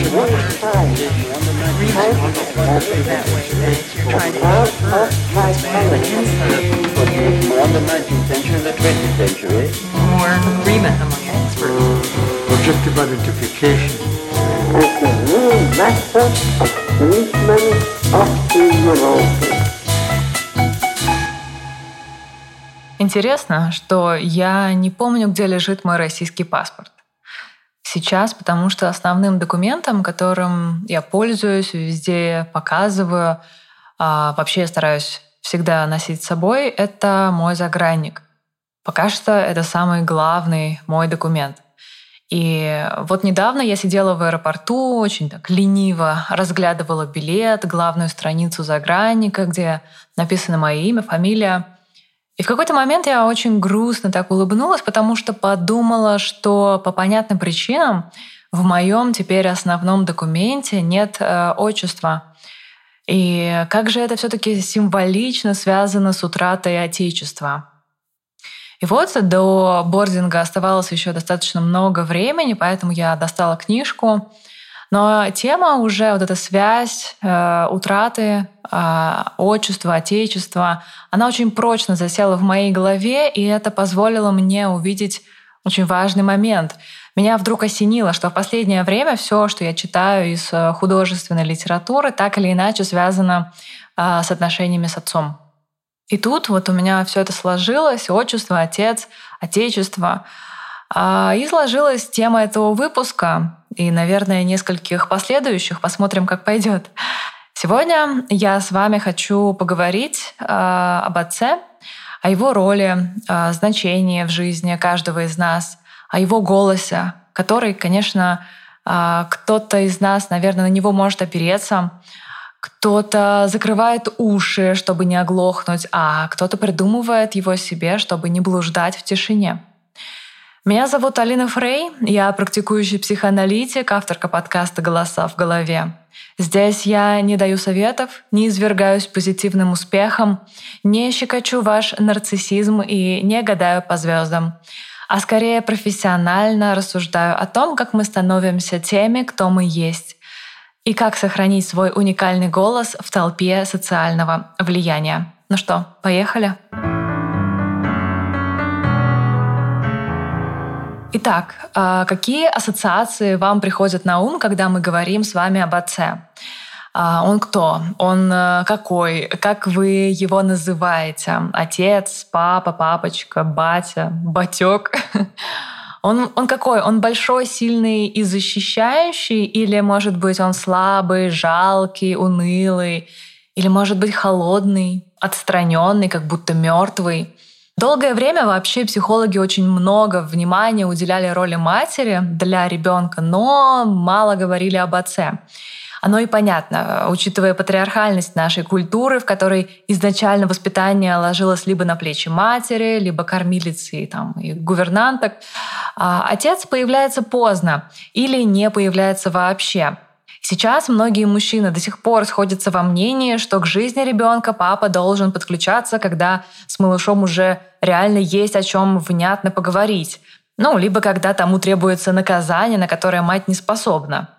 More agreement among experts. Objective identification. It's a new method of treatment of the neurosis. Интересно, что я не помню, где лежит мой российский паспорт. Сейчас, потому что основным документом, которым я пользуюсь, везде показываю, вообще я стараюсь всегда носить с собой, это мой загранник. Пока что это самый главный мой документ. И вот недавно я сидела в аэропорту, очень так лениво разглядывала билет, главную страницу загранника, где написано мое имя, фамилия. И в какой-то момент я очень грустно так улыбнулась, потому что подумала, что по понятным причинам в моем теперь основном документе нет отчества. И как же это все-таки символично связано с утратой Отечества. И вот до бординга оставалось еще достаточно много времени, поэтому я достала книжку. Но тема уже, вот эта связь утраты отчества, отечества, она очень прочно засела в моей голове, и это позволило мне увидеть очень важный момент. Меня вдруг осенило, что в последнее время все, что я читаю из художественной литературы, так или иначе связано с отношениями с отцом. И тут вот у меня все это сложилось: отчество, отец, отечество. И сложилась тема этого выпуска и, наверное, нескольких последующих. Посмотрим, как пойдет. Сегодня я с вами хочу поговорить об отце, о его роли, значении в жизни каждого из нас, о его голосе, который, конечно, кто-то из нас, наверное, на него может опереться, кто-то закрывает уши, чтобы не оглохнуть, а кто-то придумывает его себе, чтобы не блуждать в тишине. Меня зовут Алина Фрей, я практикующий психоаналитик, авторка подкаста «Голоса в голове». Здесь я не даю советов, не извергаюсь позитивным успехом, не щекочу ваш нарциссизм и не гадаю по звездам, а скорее профессионально рассуждаю о том, как мы становимся теми, кто мы есть, и как сохранить свой уникальный голос в толпе социального влияния. Ну что, поехали? Итак, какие ассоциации вам приходят на ум, когда мы говорим с вами об отце? Он кто? Он какой? Как вы его называете? Отец, папа, папочка, батя, батёк? Он какой? Он большой, сильный и защищающий? Или, может быть, он слабый, жалкий, унылый? Или, может быть, холодный, отстраненный, как будто мертвый? Долгое время вообще психологи очень много внимания уделяли роли матери для ребенка, но мало говорили об отце. Оно и понятно, учитывая патриархальность нашей культуры, в которой изначально воспитание ложилось либо на плечи матери, либо кормилицы и гувернанток. Отец появляется поздно или не появляется вообще. Сейчас многие мужчины до сих пор сходятся во мнении, что к жизни ребенка папа должен подключаться, когда с малышом уже реально есть о чем внятно поговорить. Либо когда тому требуется наказание, на которое мать не способна.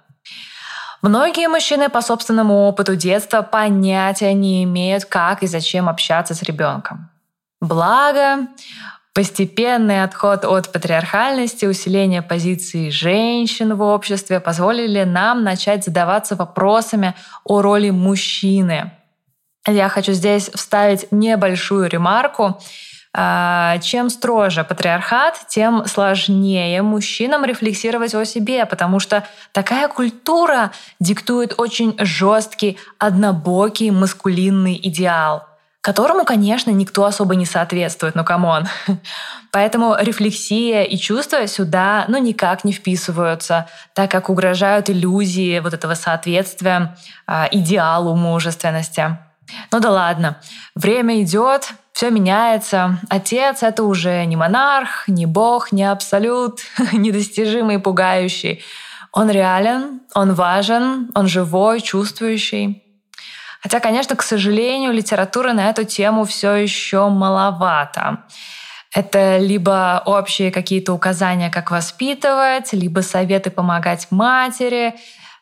Многие мужчины по собственному опыту детства понятия не имеют, как и зачем общаться с ребенком. Благо, постепенный отход от патриархальности, усиление позиции женщин в обществе позволили нам начать задаваться вопросами о роли мужчины. Я хочу здесь вставить небольшую ремарку. Чем строже патриархат, тем сложнее мужчинам рефлексировать о себе, потому что такая культура диктует очень жесткий, однобокий, маскулинный идеал, которому, конечно, никто особо не соответствует, камон. Поэтому рефлексия и чувства сюда никак не вписываются, так как угрожают иллюзии вот этого соответствия идеалу мужественности. Да ладно, время идет, все меняется. Отец — это уже не монарх, не бог, не абсолют, недостижимый и пугающий. Он реален, он важен, он живой, чувствующий. Хотя, конечно, к сожалению, литературы на эту тему все еще маловато. Это либо общие какие-то указания, как воспитывать, либо советы помогать матери,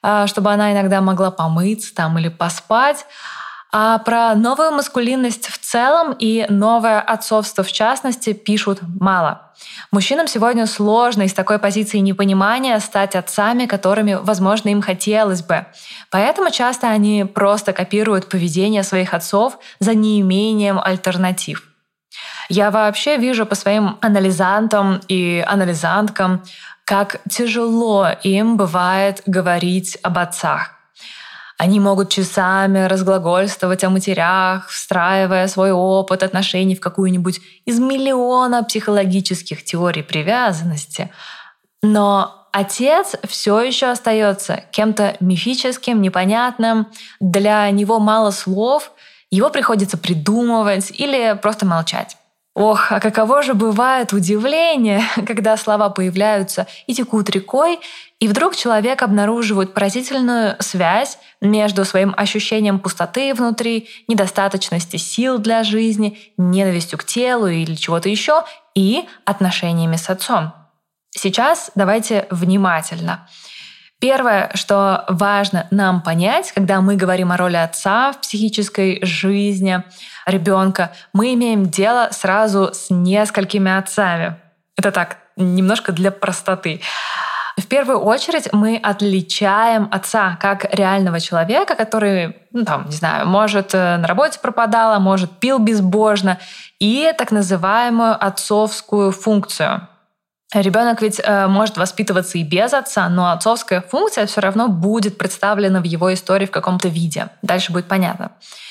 чтобы она иногда могла помыться там или поспать. А про новую маскулинность в целом и новое отцовство в частности пишут мало. Мужчинам сегодня сложно из такой позиции непонимания стать отцами, которыми, возможно, им хотелось бы. Поэтому часто они просто копируют поведение своих отцов за неимением альтернатив. Я вообще вижу по своим анализантам и анализанткам, как тяжело им бывает говорить об отцах. Они могут часами разглагольствовать о матерях, встраивая свой опыт отношений в какую-нибудь из миллиона психологических теорий привязанности. Но отец все еще остается кем-то мифическим, непонятным. Для него мало слов, его приходится придумывать или просто молчать. Ох, а каково же бывает удивление, когда слова появляются и текут рекой, и вдруг человек обнаруживает поразительную связь между своим ощущением пустоты внутри, недостаточности сил для жизни, ненавистью к телу или чего-то еще, и отношениями с отцом. Сейчас давайте внимательно. Первое, что важно нам понять, когда мы говорим о роли отца в психической жизни ребенка, мы имеем дело сразу с несколькими отцами. Это так, немножко для простоты. В первую очередь мы отличаем отца как реального человека, который, может, на работе пропадал, а может, пил безбожно, и так называемую отцовскую функцию. Ребенок ведь может воспитываться и без отца, но отцовская функция все равно будет представлена в его истории в каком-то виде. Дальше будет понятно.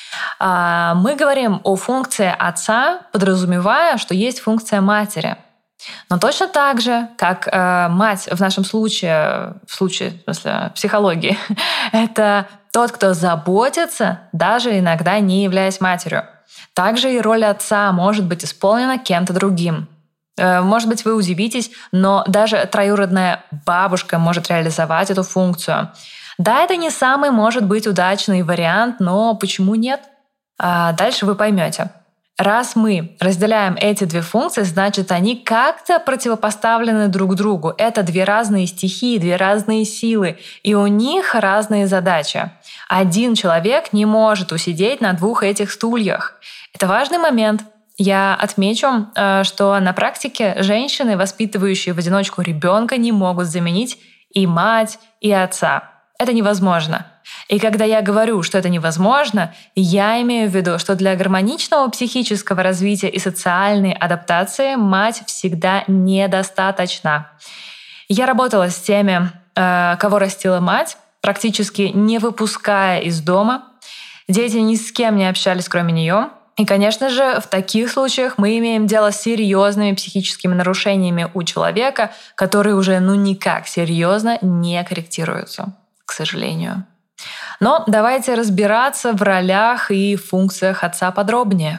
Мы говорим о функции отца, подразумевая, что есть функция матери. Но точно так же, как мать в нашем случае, в смысле психологии, это тот, кто заботится, даже иногда не являясь матерью. Также и роль отца может быть исполнена кем-то другим. Может быть, вы удивитесь, но даже троюродная бабушка может реализовать эту функцию. Да, это не самый, может быть, удачный вариант, но почему нет? Дальше вы поймете. Раз мы разделяем эти две функции, значит, они как-то противопоставлены друг другу. Это две разные стихии, две разные силы, и у них разные задачи. Один человек не может усидеть на двух этих стульях. Это важный момент. Я отмечу, что на практике женщины, воспитывающие в одиночку ребенка, не могут заменить и мать, и отца. Это невозможно. И когда я говорю, что это невозможно, я имею в виду, что для гармоничного психического развития и социальной адаптации мать всегда недостаточна. Я работала с теми, кого растила мать, практически не выпуская из дома. Дети ни с кем не общались, кроме нее. И, конечно же, в таких случаях мы имеем дело с серьезными психическими нарушениями у человека, которые уже никак серьезно не корректируются, к сожалению. Но давайте разбираться в ролях и функциях отца подробнее.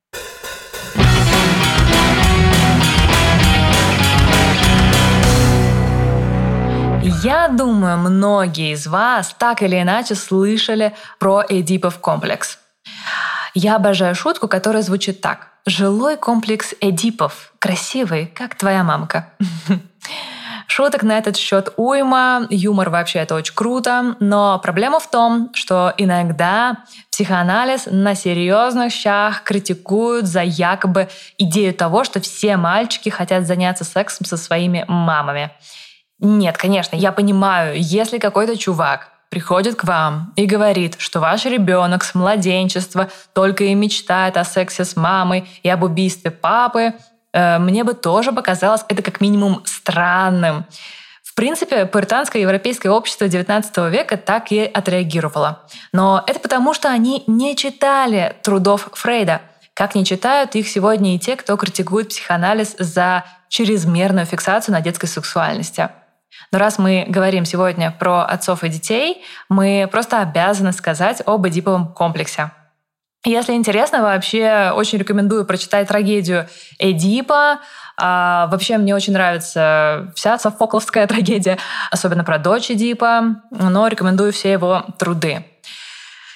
Я думаю, многие из вас так или иначе слышали про Эдипов комплекс. Я обожаю шутку, которая звучит так. Жилой комплекс Эдипов. Красивый, как твоя мамка. Шуток на этот счет уйма, юмор вообще это очень круто, но проблема в том, что иногда психоанализ на серьезных щах критикуют за якобы идею того, что все мальчики хотят заняться сексом со своими мамами. Нет, конечно, я понимаю, если какой-то чувак приходит к вам и говорит, что ваш ребенок с младенчества только и мечтает о сексе с мамой и об убийстве папы, мне бы тоже показалось это как минимум странным. В принципе, пуританское европейское общество XIX века так и отреагировало. Но это потому, что они не читали трудов Фрейда, как не читают их сегодня и те, кто критикует психоанализ за чрезмерную фиксацию на детской сексуальности. Но раз мы говорим сегодня про отцов и детей, мы просто обязаны сказать об Эдиповом комплексе. Если интересно, вообще очень рекомендую прочитать трагедию Эдипа. Вообще мне очень нравится вся софокловская трагедия, особенно про дочь Эдипа, но рекомендую все его труды.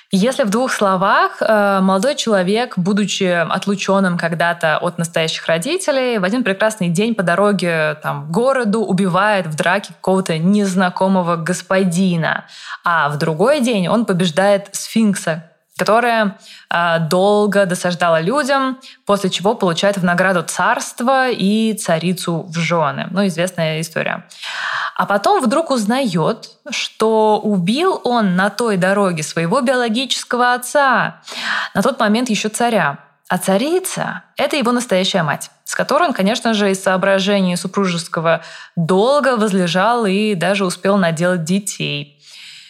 Если в двух словах, молодой человек, будучи отлученным когда-то от настоящих родителей, в один прекрасный день по дороге к городу убивает в драке какого-то незнакомого господина, а в другой день он побеждает сфинкса, которая долго досаждала людям, после чего получает в награду царство и царицу в жены. Известная история. А потом вдруг узнает, что убил он на той дороге своего биологического отца, на тот момент еще царя. А царица — это его настоящая мать, с которой он, конечно же, из соображений супружеского долга возлежал и даже успел наделать детей.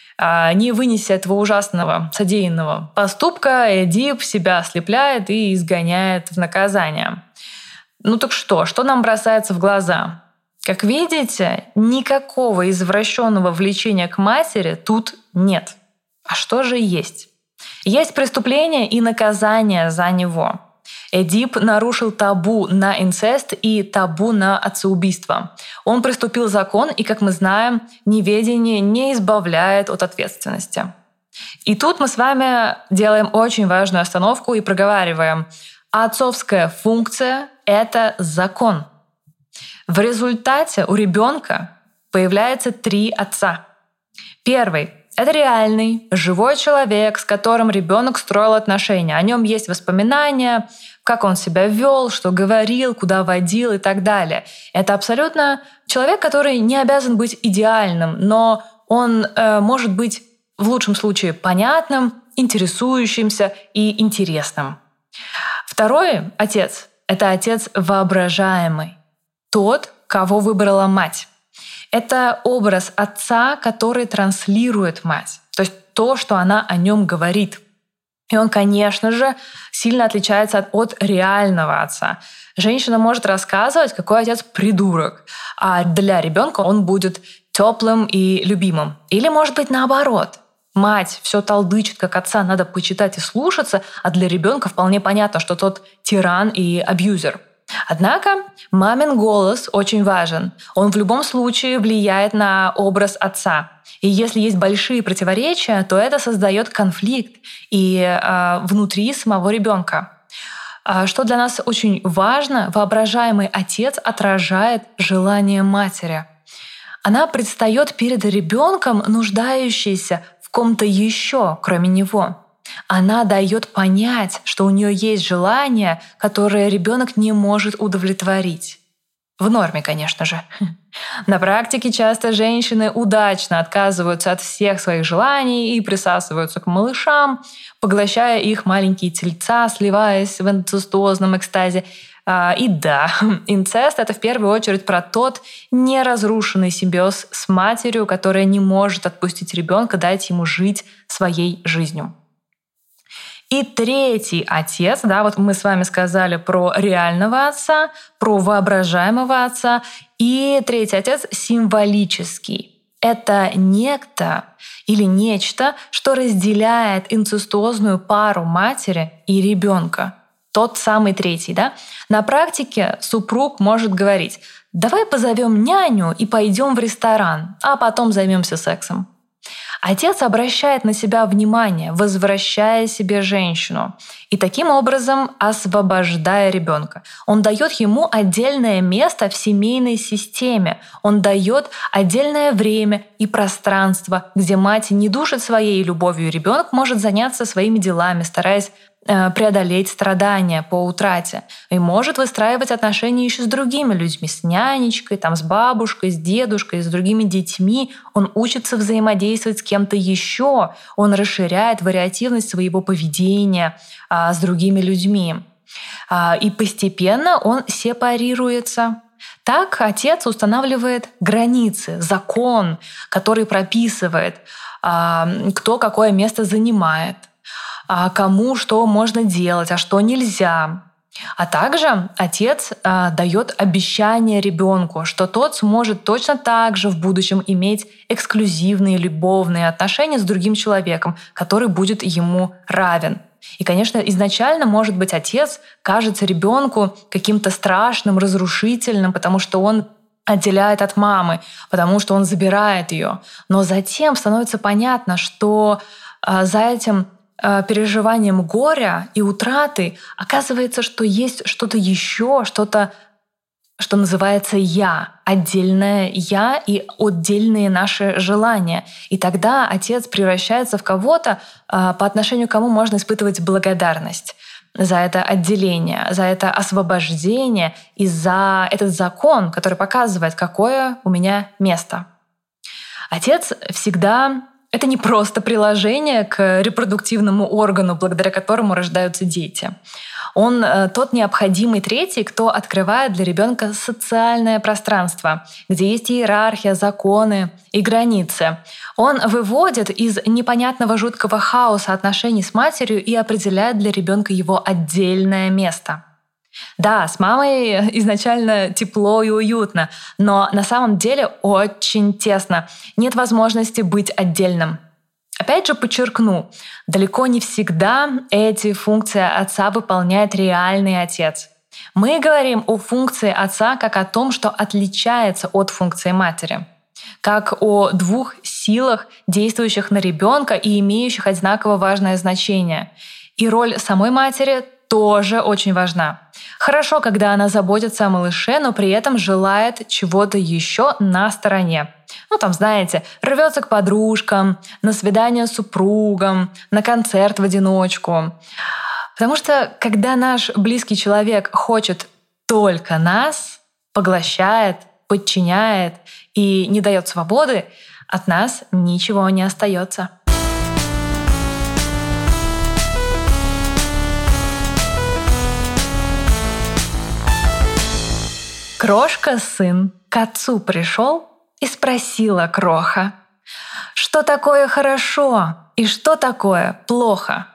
Не вынеся этого ужасного содеянного поступка, Эдип себя ослепляет и изгоняет в наказание. Так что нам бросается в глаза? Как видите, никакого извращенного влечения к матери тут нет. А что же есть? Есть преступление и наказание за него. Эдип нарушил табу на инцест и табу на отцеубийство. Он приступил закон, и, как мы знаем, неведение не избавляет от ответственности. И тут мы с вами делаем очень важную остановку и проговариваем: отцовская функция — это закон. В результате у ребенка появляется 3 отца. Первый — это реальный, живой человек, с которым ребенок строил отношения. О нем есть воспоминания, как он себя вел, что говорил, куда водил и так далее. Это абсолютно человек, который не обязан быть идеальным, но он может быть в лучшем случае понятным, интересующимся и интересным. Второй отец — это отец воображаемый. Тот, кого выбрала мать. Это образ отца, который транслирует мать. То есть то, что она о нем говорит. И он, конечно же, сильно отличается от реального отца. Женщина может рассказывать, какой отец придурок, а для ребенка он будет теплым и любимым. Или, может быть, наоборот. Мать все толдычит, как отца надо почитать и слушаться, а для ребенка вполне понятно, что тот тиран и абьюзер. Однако мамин голос очень важен. Он в любом случае влияет на образ отца. И если есть большие противоречия, то это создает конфликт и внутри самого ребенка. Что для нас очень важно, воображаемый отец отражает желание матери. Она предстает перед ребенком, нуждающейся в ком-то еще, кроме него. Она дает понять, что у нее есть желание, которое ребенок не может удовлетворить. В норме, конечно же. На практике часто женщины удачно отказываются от всех своих желаний и присасываются к малышам, поглощая их маленькие тельца, сливаясь в инцестуозном экстазе. И да, инцест — это в первую очередь про тот неразрушенный симбиоз с матерью, которая не может отпустить ребенка, дать ему жить своей жизнью. И третий отец, мы с вами сказали про реального отца, про воображаемого отца, и третий отец символический. Это некто или нечто, что разделяет инцестуозную пару матери и ребенка. Тот самый третий, На практике супруг может говорить: давай позовем няню и пойдем в ресторан, а потом займемся сексом. Отец обращает на себя внимание, возвращая себе женщину, и таким образом освобождая ребенка. Он дает ему отдельное место в семейной системе. Он дает отдельное время и пространство, где мать не душит своей любовью, и ребенок может заняться своими делами, стараясь преодолеть страдания по утрате. И может выстраивать отношения еще с другими людьми, с нянечкой, с бабушкой, с дедушкой, с другими детьми. Он учится взаимодействовать с кем-то еще. Он расширяет вариативность своего поведения с другими людьми. И постепенно он сепарируется. Так отец устанавливает границы, закон, который прописывает, кто какое место занимает, кому что можно делать, а что нельзя. А также отец дает обещание ребенку, что тот сможет точно так же в будущем иметь эксклюзивные любовные отношения с другим человеком, который будет ему равен. И, конечно, изначально, может быть, отец кажется ребенку каким-то страшным, разрушительным, потому что он отделяет от мамы, потому что он забирает ее. Но затем становится понятно, что за этим переживанием горя и утраты, оказывается, что есть что-то еще, что-то, что называется «я», отдельное «я» и отдельные наши желания. И тогда отец превращается в кого-то, по отношению к кому можно испытывать благодарность за это отделение, за это освобождение и за этот закон, который показывает, какое у меня место. Отец всегда — это не просто приложение к репродуктивному органу, благодаря которому рождаются дети. Он тот необходимый третий, кто открывает для ребенка социальное пространство, где есть иерархия, законы и границы. Он выводит из непонятного жуткого хаоса отношений с матерью и определяет для ребенка его отдельное место. Да, с мамой изначально тепло и уютно, но на самом деле очень тесно. Нет возможности быть отдельным. Опять же подчеркну, далеко не всегда эти функции отца выполняет реальный отец. Мы говорим о функции отца как о том, что отличается от функции матери, как о двух силах, действующих на ребенка и имеющих одинаково важное значение. И роль самой матери тоже очень важна. Хорошо, когда она заботится о малыше, но при этом желает чего-то еще на стороне. Знаете, рвется к подружкам, на свидание с супругом, на концерт в одиночку. Потому что когда наш близкий человек хочет только нас, поглощает, подчиняет и не дает свободы, от нас ничего не остается. Крошка-сын к отцу пришел и спросила кроха: «Что такое хорошо и что такое плохо?»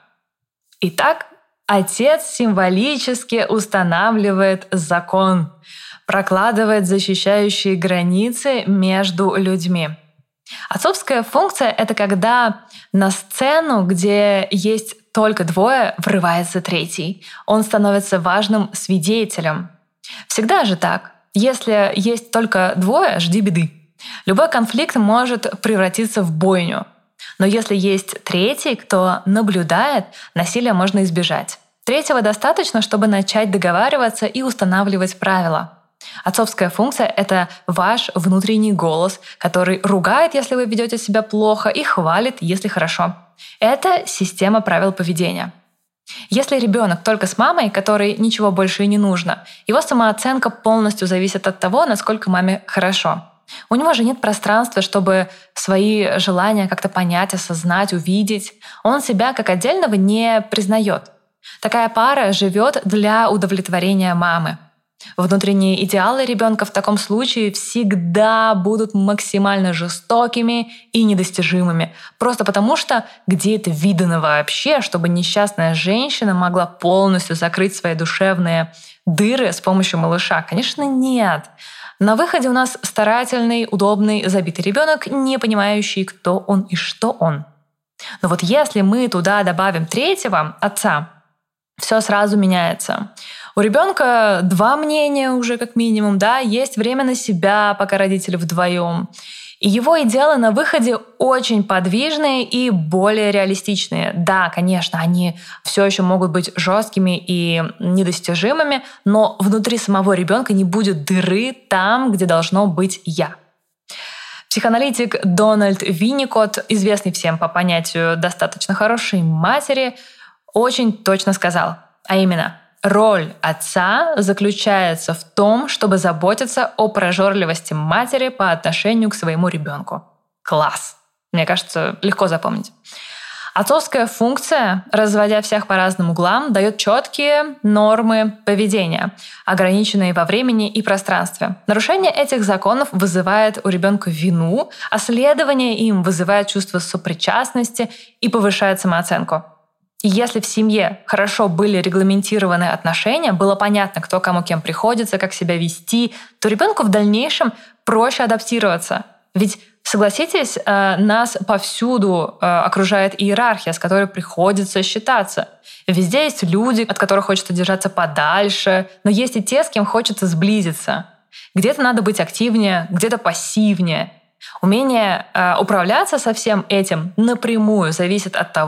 Итак, отец символически устанавливает закон, прокладывает защищающие границы между людьми. Отцовская функция — это когда на сцену, где есть только двое, врывается третий. Он становится важным свидетелем. Всегда же так. Если есть только двое, жди беды. Любой конфликт может превратиться в бойню. Но если есть третий, кто наблюдает, насилия можно избежать. Третьего достаточно, чтобы начать договариваться и устанавливать правила. Отцовская функция — это ваш внутренний голос, который ругает, если вы ведете себя плохо, и хвалит, если хорошо. Это система правил поведения. Если ребенок только с мамой, которой ничего больше и не нужно, его самооценка полностью зависит от того, насколько маме хорошо. У него же нет пространства, чтобы свои желания как-то понять, осознать, увидеть. Он себя как отдельного не признает. Такая пара живет для удовлетворения мамы. Внутренние идеалы ребенка в таком случае всегда будут максимально жестокими и недостижимыми. Просто потому что где это видано вообще, чтобы несчастная женщина могла полностью закрыть свои душевные дыры с помощью малыша? Конечно, нет. На выходе у нас старательный, удобный, забитый ребенок, не понимающий, кто он и что он. Но вот если мы туда добавим третьего, отца, все сразу меняется. У ребенка два мнения уже как минимум, да, есть время на себя, пока родители вдвоем. И его идеалы на выходе очень подвижные и более реалистичные. Да, конечно, они все еще могут быть жесткими и недостижимыми, но внутри самого ребенка не будет дыры там, где должно быть «я». Психоаналитик Дональд Винникот, известный всем по понятию «достаточно хорошей матери», очень точно сказал, а именно: роль отца заключается в том, чтобы заботиться о прожорливости матери по отношению к своему ребенку. Класс! Мне кажется, легко запомнить. Отцовская функция, разводя всех по разным углам, дает четкие нормы поведения, ограниченные во времени и пространстве. Нарушение этих законов вызывает у ребенка вину, а следование им вызывает чувство сопричастности и повышает самооценку. И если в семье хорошо были регламентированы отношения, было понятно, кто кому кем приходится, как себя вести, то ребенку в дальнейшем проще адаптироваться. Ведь, согласитесь, нас повсюду окружает иерархия, с которой приходится считаться. Везде есть люди, от которых хочется держаться подальше, но есть и те, с кем хочется сблизиться. Где-то надо быть активнее, где-то пассивнее. Умение управляться со всем этим напрямую зависит от того,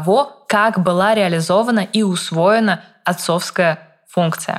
как была реализована и усвоена отцовская функция.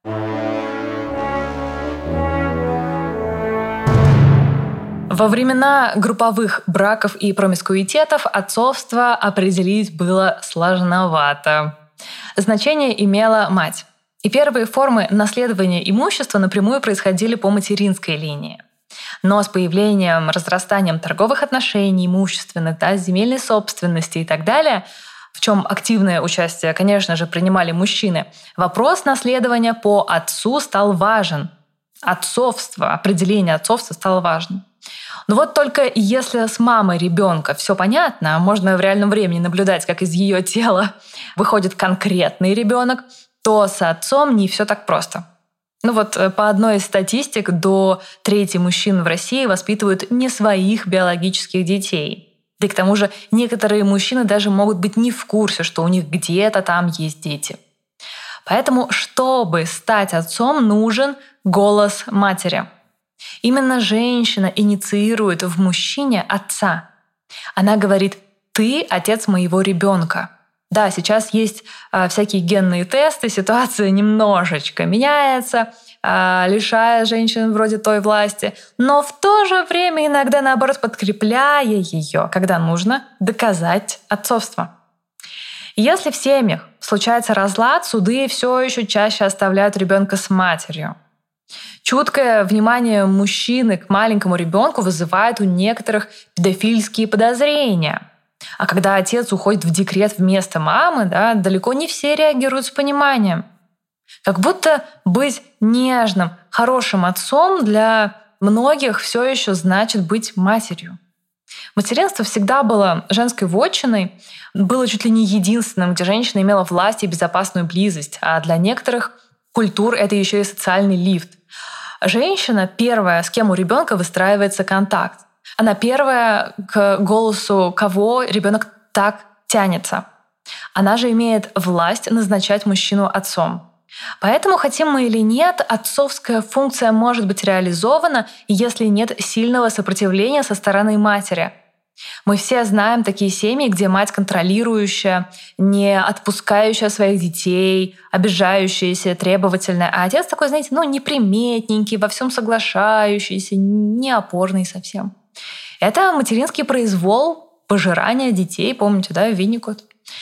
Во времена групповых браков и промискуитетов отцовство определить было сложновато. Значение имела мать. И первые формы наследования имущества напрямую происходили по материнской линии. Но с появлением, разрастанием торговых отношений, имущественных, земельной собственности и так далее, в чем активное участие, конечно же, принимали мужчины, вопрос наследования по отцу стал важен. Определение отцовства стало важным. Но вот только если с мамой ребенка все понятно, можно в реальном времени наблюдать, как из ее тела выходит конкретный ребенок, то с отцом не все так просто. По одной из статистик, до трети мужчин в России воспитывают не своих биологических детей. Да и к тому же некоторые мужчины даже могут быть не в курсе, что у них где-то там есть дети. Поэтому, чтобы стать отцом, нужен голос матери. Именно женщина инициирует в мужчине отца. Она говорит: «Ты отец моего ребенка». Да, сейчас есть всякие генные тесты, ситуация немножечко меняется, лишая женщин вроде той власти, но в то же время иногда, наоборот, подкрепляя ее, когда нужно доказать отцовство. Если в семьях случается разлад, суды все еще чаще оставляют ребенка с матерью. Чуткое внимание мужчины к маленькому ребенку вызывает у некоторых педофильские подозрения. А когда отец уходит в декрет вместо мамы, далеко не все реагируют с пониманием. Как будто быть нежным, хорошим отцом для многих все еще значит быть матерью. Материнство всегда было женской вотчиной, было чуть ли не единственным, где женщина имела власть и безопасную близость, а для некоторых культур это еще и социальный лифт. Женщина первая, с кем у ребенка выстраивается контакт. Она первая, к голосу кого ребенок так тянется. Она же имеет власть назначать мужчину отцом. Поэтому, хотим мы или нет, отцовская функция может быть реализована, если нет сильного сопротивления со стороны матери. Мы все знаем такие семьи, где мать контролирующая, не отпускающая своих детей, обижающаяся, требовательная, а отец такой, неприметненький, во всем соглашающийся, неопорный совсем. Это материнский произвол, пожирание детей, помните, Винникот?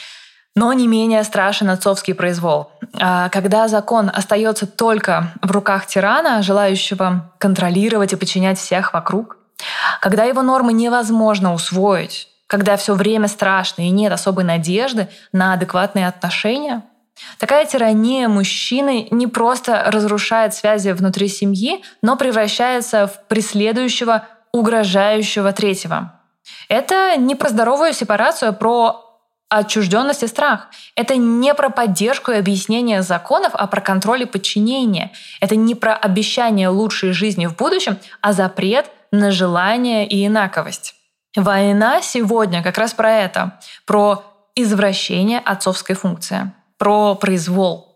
Но не менее страшен отцовский произвол. Когда закон остается только в руках тирана, желающего контролировать и подчинять всех вокруг, когда его нормы невозможно усвоить, когда все время страшно и нет особой надежды на адекватные отношения, такая тирания мужчины не просто разрушает связи внутри семьи, но превращается в преследующего, угрожающего третьего. Это не про здоровую сепарацию, а про отчужденность и страх. Это не про поддержку и объяснение законов, а про контроль и подчинение. Это не про обещание лучшей жизни в будущем, а запрет на желание и инаковость. Война сегодня как раз про это, про извращение отцовской функции, про произвол.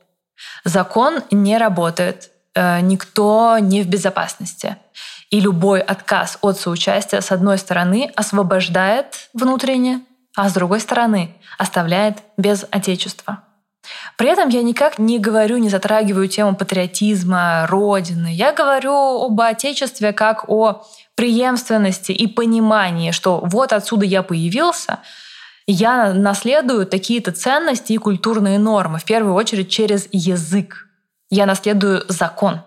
Закон не работает, никто не в безопасности. И любой отказ от соучастия, с одной стороны, освобождает внутренне, а с другой стороны, оставляет без отечества. При этом я никак не затрагиваю тему патриотизма, Родины. Я говорю об отечестве как о преемственности и понимании, что вот отсюда я появился, я наследую такие-то ценности и культурные нормы, в первую очередь через язык. Я наследую закон.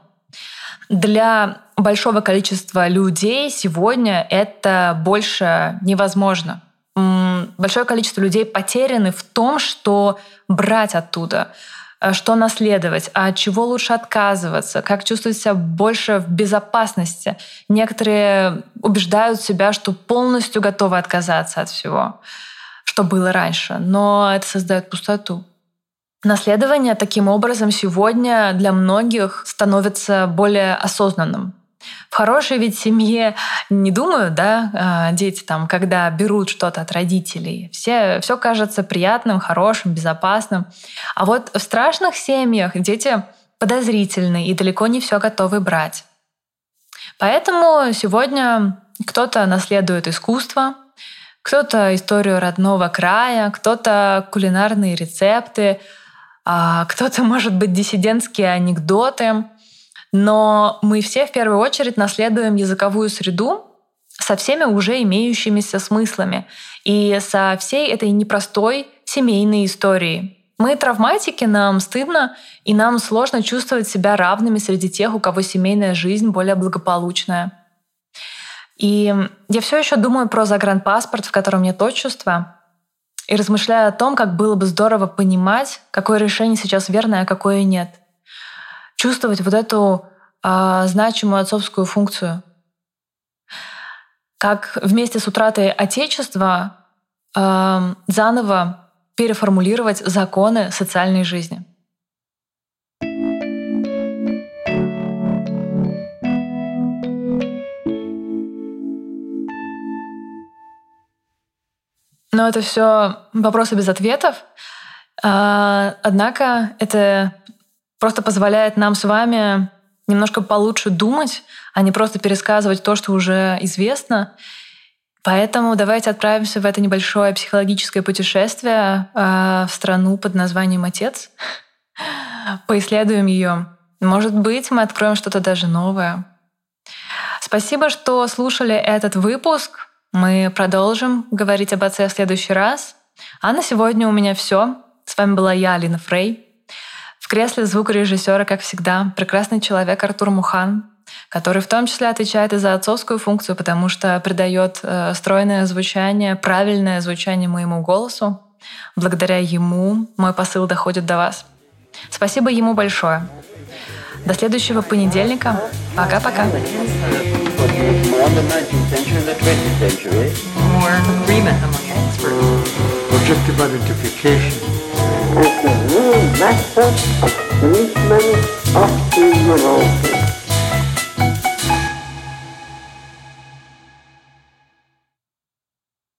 Для большого количества людей сегодня это больше невозможно. Большое количество людей потеряны в том, что брать оттуда, что наследовать, а от чего лучше отказываться, как чувствовать себя больше в безопасности. Некоторые убеждают себя, что полностью готовы отказаться от всего, что было раньше, но это создает пустоту. Наследование таким образом сегодня для многих становится более осознанным. В хорошей ведь семье не думают, дети когда берут что-то от родителей. Все кажется приятным, хорошим, безопасным. А вот в страшных семьях дети подозрительны и далеко не все готовы брать. Поэтому сегодня кто-то наследует искусство, Кто-то историю родного края, кто-то кулинарные рецепты, кто-то, может быть, диссидентские анекдоты. Но мы все в первую очередь наследуем языковую среду со всеми уже имеющимися смыслами и со всей этой непростой семейной историей. Мы травматики, нам стыдно, и нам сложно чувствовать себя равными среди тех, у кого семейная жизнь более благополучная. И я все еще думаю про загранпаспорт, в котором нет отчества, и размышляю о том, как было бы здорово понимать, какое решение сейчас верное, а какое нет. Чувствовать вот эту значимую отцовскую функцию. Как вместе с утратой Отечества заново переформулировать законы социальной жизни. Но это все вопросы без ответов. Однако это просто позволяет нам с вами немножко получше думать, а не просто пересказывать то, что уже известно. Поэтому давайте отправимся в это небольшое психологическое путешествие в страну под названием Отец. Поисследуем ее. Может быть, мы откроем что-то даже новое. Спасибо, что слушали этот выпуск. Мы продолжим говорить об отце в следующий раз. А на сегодня у меня все. С вами была я, Алина Фрей. В кресле звукорежиссера, как всегда, прекрасный человек Артур Мухан, который в том числе отвечает и за отцовскую функцию, потому что придает стройное звучание, правильное звучание моему голосу. Благодаря ему мой посыл доходит до вас. Спасибо ему большое. До следующего понедельника. Пока-пока. More agreement among experts. Objective identification. As the new method of treatment of the neurosis.